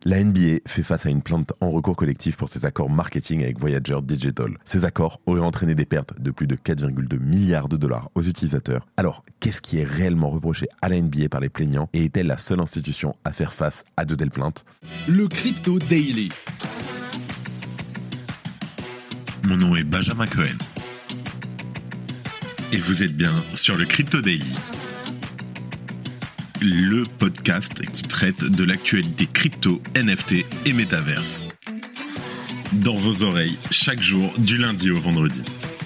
La NBA fait face à une plainte en recours collectif pour ses accords marketing avec Voyager Digital. Ces accords auraient entraîné des pertes de plus de 4,2 milliards de dollars aux utilisateurs. Alors, qu'est-ce qui est réellement reproché à la NBA par les plaignants et est-elle la seule institution à faire face à de telles plaintes ? Le Crypto Daily. Mon nom est Benjamin Cohen. Et vous êtes bien sur le Crypto Daily. Le podcast qui traite de l'actualité crypto, NFT et métaverse. Dans vos oreilles, chaque jour, du lundi au vendredi.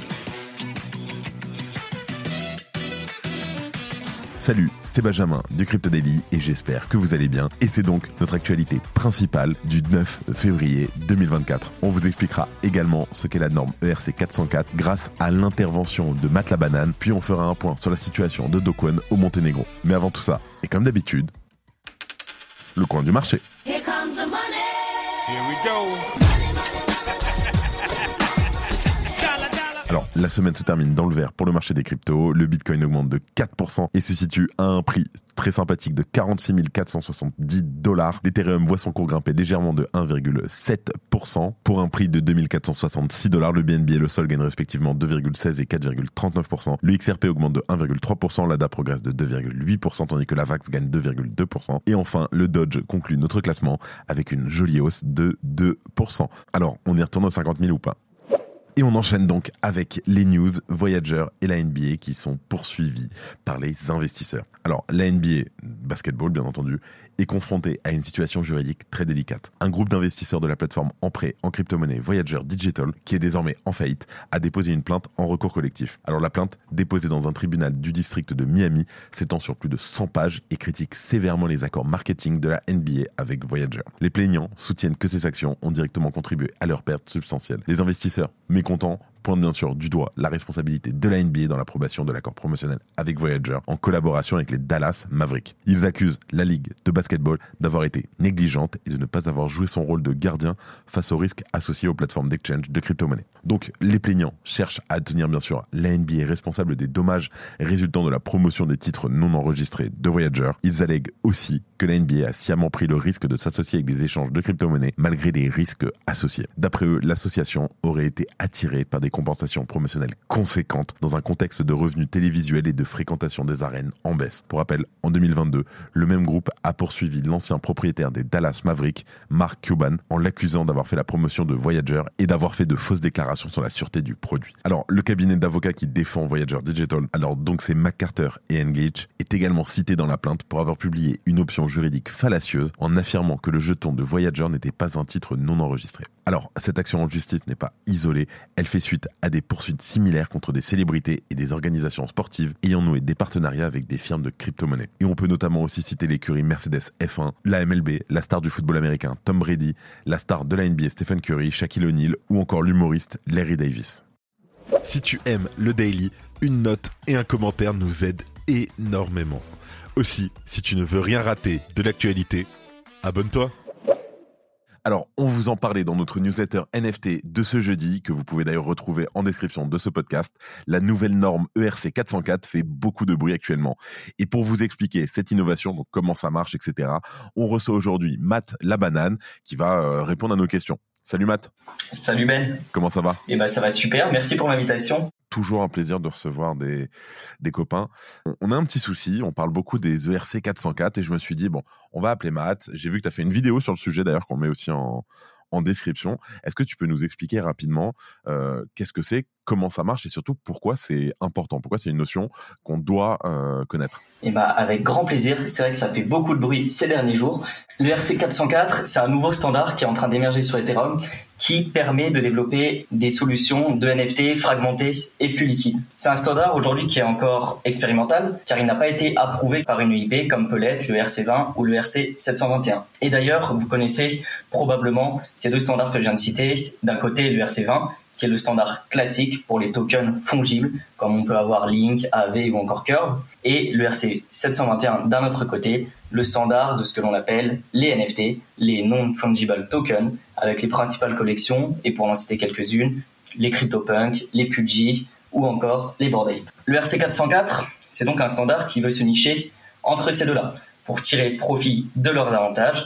Salut, c'est Benjamin du Crypto Daily et j'espère que vous allez bien. Et c'est donc notre actualité principale du 9 février 2024. On vous expliquera également ce qu'est la norme ERC 404 grâce à l'intervention de Matt Labanane. Puis on fera un point sur la situation de Do Kwon au Monténégro. Mais avant tout ça, et comme d'habitude, le coin du marché. Here comes the money. Here we go. Alors, la semaine se termine dans le vert pour le marché des cryptos. Le Bitcoin augmente de 4% et se situe à un prix très sympathique de 46 470 $. L'Ethereum voit son cours grimper légèrement de 1,7% pour un prix de 2 466 $. Le BNB et le Sol gagnent respectivement 2,16 et 4,39%. Le XRP augmente de 1,3%. L'ADA progresse de 2,8% tandis que la VAX gagne 2,2%. Et enfin, le Doge conclut notre classement avec une jolie hausse de 2%. Alors, on y retourne aux 50 000 ou pas ? Et on enchaîne donc avec les news Voyager et la NBA qui sont poursuivis par les investisseurs. Alors, la NBA, basketball bien entendu, est confrontée à une situation juridique très délicate. Un groupe d'investisseurs de la plateforme en prêt en crypto-monnaie Voyager Digital, qui est désormais en faillite, a déposé une plainte en recours collectif. Alors la plainte, déposée dans un tribunal du district de Miami, s'étend sur plus de 100 pages et critique sévèrement les accords marketing de la NBA avec Voyager. Les plaignants soutiennent que ces actions ont directement contribué à leur perte substantielle. Les investisseurs, mécontents, pointe bien sûr du doigt la responsabilité de la NBA dans l'approbation de l'accord promotionnel avec Voyager en collaboration avec les Dallas Mavericks. Ils accusent la ligue de basketball d'avoir été négligente et de ne pas avoir joué son rôle de gardien face aux risques associés aux plateformes d'exchange de crypto-monnaies. Donc les plaignants cherchent à tenir bien sûr la NBA responsable des dommages résultant de la promotion des titres non enregistrés de Voyager. Ils allèguent aussi que la NBA a sciemment pris le risque de s'associer avec des échanges de crypto-monnaies malgré les risques associés. D'après eux, l'association aurait été attirée par des compensations promotionnelles conséquentes dans un contexte de revenus télévisuels et de fréquentation des arènes en baisse. Pour rappel, en 2022, le même groupe a poursuivi l'ancien propriétaire des Dallas Mavericks, Mark Cuban, en l'accusant d'avoir fait la promotion de Voyager et d'avoir fait de fausses déclarations sur la sûreté du produit. Alors, le cabinet d'avocats qui défend Voyager Digital, alors donc c'est McCarter et Engage, est également cité dans la plainte pour avoir publié une option juridique fallacieuse en affirmant que le jeton de Voyager n'était pas un titre non enregistré. Alors, cette action en justice n'est pas isolée, elle fait suite à des poursuites similaires contre des célébrités et des organisations sportives ayant noué des partenariats avec des firmes de crypto-monnaies. Et on peut notamment aussi citer l'écurie Mercedes F1, la MLB, la star du football américain Tom Brady, la star de la NBA Stephen Curry, Shaquille O'Neal ou encore l'humoriste Larry Davis. Si tu aimes le Daily, une note et un commentaire nous aident énormément. Aussi, si tu ne veux rien rater de l'actualité, abonne-toi. Alors, on vous en parlait dans notre newsletter NFT de ce jeudi, que vous pouvez d'ailleurs retrouver en description de ce podcast. La nouvelle norme ERC 404 fait beaucoup de bruit actuellement. Et pour vous expliquer cette innovation, donc comment ça marche, etc., on reçoit aujourd'hui Matt Labanane qui va répondre à nos questions. Salut Matt. Salut Ben. Comment ça va ? Ça va super, merci pour l'invitation. Toujours un plaisir de recevoir des copains. On a un petit souci, on parle beaucoup des ERC 404 et je me suis dit, bon, on va appeler Matt. J'ai vu que tu as fait une vidéo sur le sujet d'ailleurs qu'on met aussi en description. Est-ce que tu peux nous expliquer rapidement qu'est-ce que c'est, comment ça marche et surtout pourquoi c'est important, pourquoi c'est une notion qu'on doit connaître ? Avec grand plaisir, c'est vrai que ça fait beaucoup de bruit ces derniers jours. Le ERC 404, c'est un nouveau standard qui est en train d'émerger sur Ethereum qui permet de développer des solutions de NFT fragmentées et plus liquides. C'est un standard aujourd'hui qui est encore expérimental car il n'a pas été approuvé par une EIP comme peut l'être le ERC20 ou le ERC 721. Et d'ailleurs, vous connaissez probablement ces deux standards que je viens de citer. D'un côté, le ERC20 qui est le standard classique pour les tokens fongibles, comme on peut avoir Link, AV ou encore Curve, et le ERC 721 d'un autre côté, le standard de ce que l'on appelle les NFT, les Non-Fungible Tokens, avec les principales collections, et pour en citer quelques-unes, les CryptoPunk, les Pudgy ou encore les Bored Ape. Le ERC 404, c'est donc un standard qui veut se nicher entre ces deux-là, pour tirer profit de leurs avantages,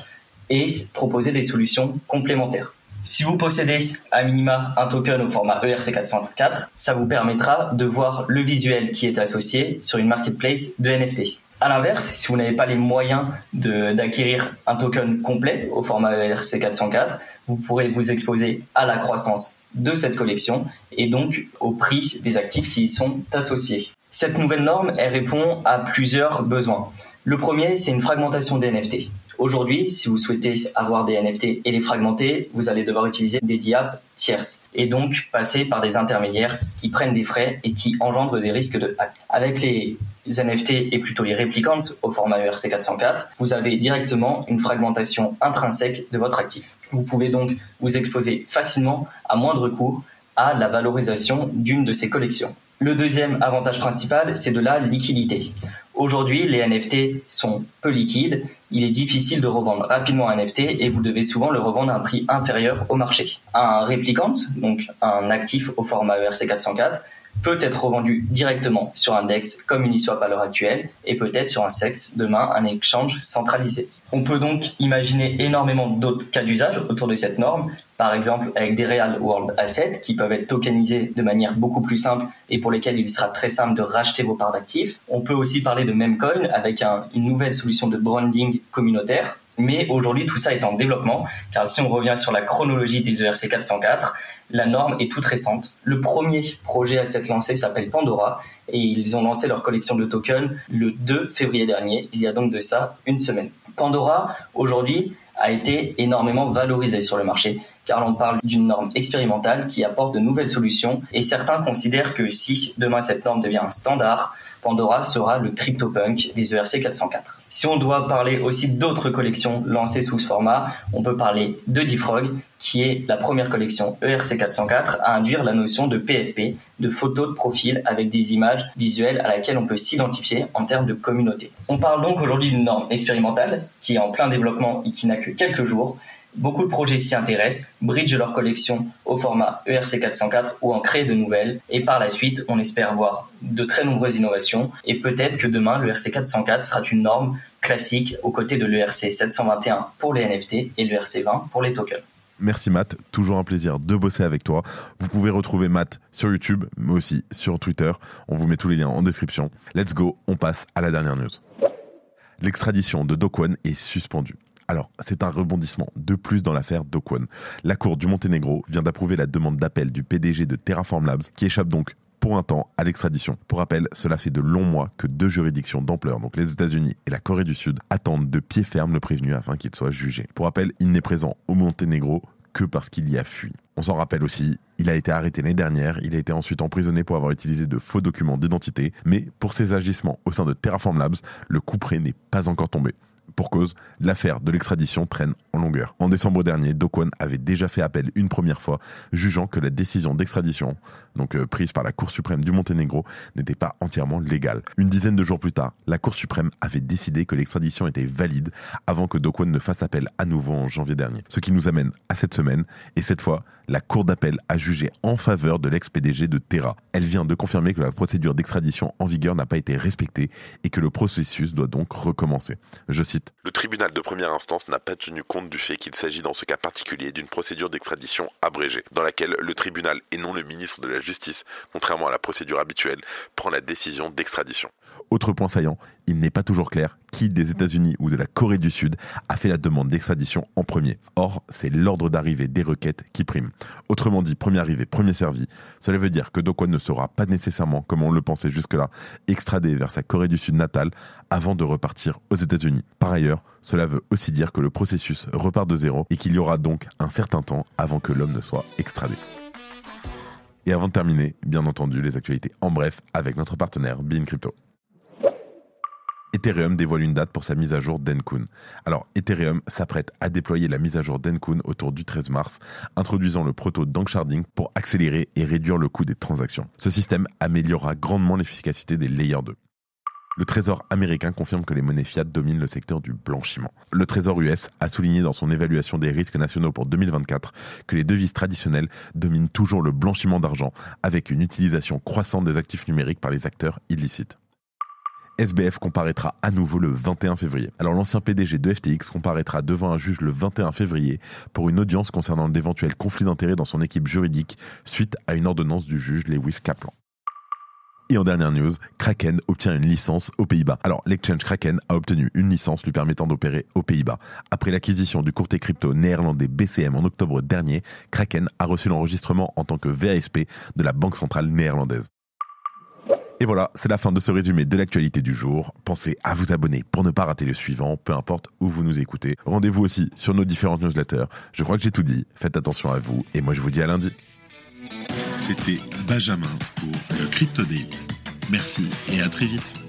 et proposer des solutions complémentaires. Si vous possédez à minima un token au format ERC404, ça vous permettra de voir le visuel qui est associé sur une marketplace de NFT. À l'inverse, si vous n'avez pas les moyens d'acquérir un token complet au format ERC404, vous pourrez vous exposer à la croissance de cette collection et donc au prix des actifs qui y sont associés. Cette nouvelle norme, elle répond à plusieurs besoins. Le premier, c'est une fragmentation des NFT. Aujourd'hui, si vous souhaitez avoir des NFT et les fragmenter, vous allez devoir utiliser des DApps tierces et donc passer par des intermédiaires qui prennent des frais et qui engendrent des risques de hack. Avec les NFT et plutôt les replicants au format ERC404, vous avez directement une fragmentation intrinsèque de votre actif. Vous pouvez donc vous exposer facilement à moindre coût à la valorisation d'une de ces collections. Le deuxième avantage principal, c'est de la liquidité. Aujourd'hui, les NFT sont peu liquides. Il est difficile de revendre rapidement un NFT et vous devez souvent le revendre à un prix inférieur au marché. Un replicant, donc un actif au format ERC404, peut être revendu directement sur un DEX comme Uniswap à l'heure actuelle et peut-être sur un CEX, demain un exchange centralisé. On peut donc imaginer énormément d'autres cas d'usage autour de cette norme, par exemple avec des Real World Assets qui peuvent être tokenisés de manière beaucoup plus simple et pour lesquels il sera très simple de racheter vos parts d'actifs. On peut aussi parler de Memcoin avec une nouvelle solution de branding communautaire. Mais aujourd'hui, tout ça est en développement, car si on revient sur la chronologie des ERC404, la norme est toute récente. Le premier projet à s'être lancé s'appelle Pandora, et ils ont lancé leur collection de tokens le 2 février dernier, il y a donc de ça une semaine. Pandora, aujourd'hui, a été énormément valorisé sur le marché, car l'on parle d'une norme expérimentale qui apporte de nouvelles solutions, et certains considèrent que si demain cette norme devient un standard, Pandora sera le CryptoPunk des ERC404. Si on doit parler aussi d'autres collections lancées sous ce format, on peut parler de Defrog, qui est la première collection ERC404 à induire la notion de PFP, de photo de profil avec des images visuelles à laquelle on peut s'identifier en termes de communauté. On parle donc aujourd'hui d'une norme expérimentale qui est en plein développement et qui n'a que quelques jours. Beaucoup de projets s'y intéressent, bridgent leur collection au format ERC404 ou en créent de nouvelles. Et par la suite, on espère voir de très nombreuses innovations. Et peut-être que demain, le ERC404 sera une norme classique aux côtés de l'ERC721 pour les NFT et l'ERC20 pour les tokens. Merci Matt, toujours un plaisir de bosser avec toi. Vous pouvez retrouver Matt sur YouTube, mais aussi sur Twitter. On vous met tous les liens en description. Let's go, on passe à la dernière news. L'extradition de Do Kwon est suspendue. Alors, c'est un rebondissement de plus dans l'affaire Do Kwon. La Cour du Monténégro vient d'approuver la demande d'appel du PDG de Terraform Labs, qui échappe donc pour un temps à l'extradition. Pour rappel, cela fait de longs mois que deux juridictions d'ampleur, donc les États-Unis et la Corée du Sud, attendent de pied ferme le prévenu afin qu'il soit jugé. Pour rappel, il n'est présent au Monténégro que parce qu'il y a fui. On s'en rappelle aussi, il a été arrêté l'année dernière, il a été ensuite emprisonné pour avoir utilisé de faux documents d'identité, mais pour ses agissements au sein de Terraform Labs, le couperet n'est pas encore tombé. Pour cause, l'affaire de l'extradition traîne en longueur. En décembre dernier, Do Kwon avait déjà fait appel une première fois, jugeant que la décision d'extradition, prise par la Cour suprême du Monténégro, n'était pas entièrement légale. Une dizaine de jours plus tard, la Cour suprême avait décidé que l'extradition était valide avant que Do Kwon ne fasse appel à nouveau en janvier dernier. Ce qui nous amène à cette semaine, et cette fois, la Cour d'appel a jugé en faveur de l'ex-PDG de Terra. Elle vient de confirmer que la procédure d'extradition en vigueur n'a pas été respectée et que le processus doit donc recommencer. Je cite, « Le tribunal de première instance n'a pas tenu compte du fait qu'il s'agit dans ce cas particulier d'une procédure d'extradition abrégée, dans laquelle le tribunal et non le ministre de la Justice, contrairement à la procédure habituelle, prend la décision d'extradition. » Autre point saillant, il n'est pas toujours clair qui des États-Unis ou de la Corée du Sud a fait la demande d'extradition en premier. Or, c'est l'ordre d'arrivée des requêtes qui prime. Autrement dit, premier arrivé, premier servi. Cela veut dire que Do Kwon ne sera pas nécessairement, comme on le pensait jusque-là, extradé vers sa Corée du Sud natale avant de repartir aux États-Unis. Par ailleurs, cela veut aussi dire que le processus repart de zéro et qu'il y aura donc un certain temps avant que l'homme ne soit extradé. Et avant de terminer, bien entendu, les actualités en bref avec notre partenaire Bean Crypto. Ethereum dévoile une date pour sa mise à jour d'Encun. Alors, Ethereum s'apprête à déployer la mise à jour d'Encun autour du 13 mars, introduisant le proto Danksharding pour accélérer et réduire le coût des transactions. Ce système améliorera grandement l'efficacité des Layer 2. Le Trésor américain confirme que les monnaies fiat dominent le secteur du blanchiment. Le Trésor US a souligné dans son évaluation des risques nationaux pour 2024 que les devises traditionnelles dominent toujours le blanchiment d'argent, avec une utilisation croissante des actifs numériques par les acteurs illicites. SBF comparaîtra à nouveau le 21 février. Alors l'ancien PDG de FTX comparaîtra devant un juge le 21 février pour une audience concernant d'éventuels conflits d'intérêts dans son équipe juridique suite à une ordonnance du juge Lewis Kaplan. Et en dernière news, Kraken obtient une licence aux Pays-Bas. Alors, l'exchange Kraken a obtenu une licence lui permettant d'opérer aux Pays-Bas. Après l'acquisition du courtier crypto néerlandais BCM en octobre dernier, Kraken a reçu l'enregistrement en tant que VASP de la Banque centrale néerlandaise. Et voilà, c'est la fin de ce résumé de l'actualité du jour. Pensez à vous abonner pour ne pas rater le suivant, peu importe où vous nous écoutez. Rendez-vous aussi sur nos différentes newsletters. Je crois que j'ai tout dit. Faites attention à vous et moi je vous dis à lundi. C'était Benjamin pour le Crypto Daily. Merci et à très vite.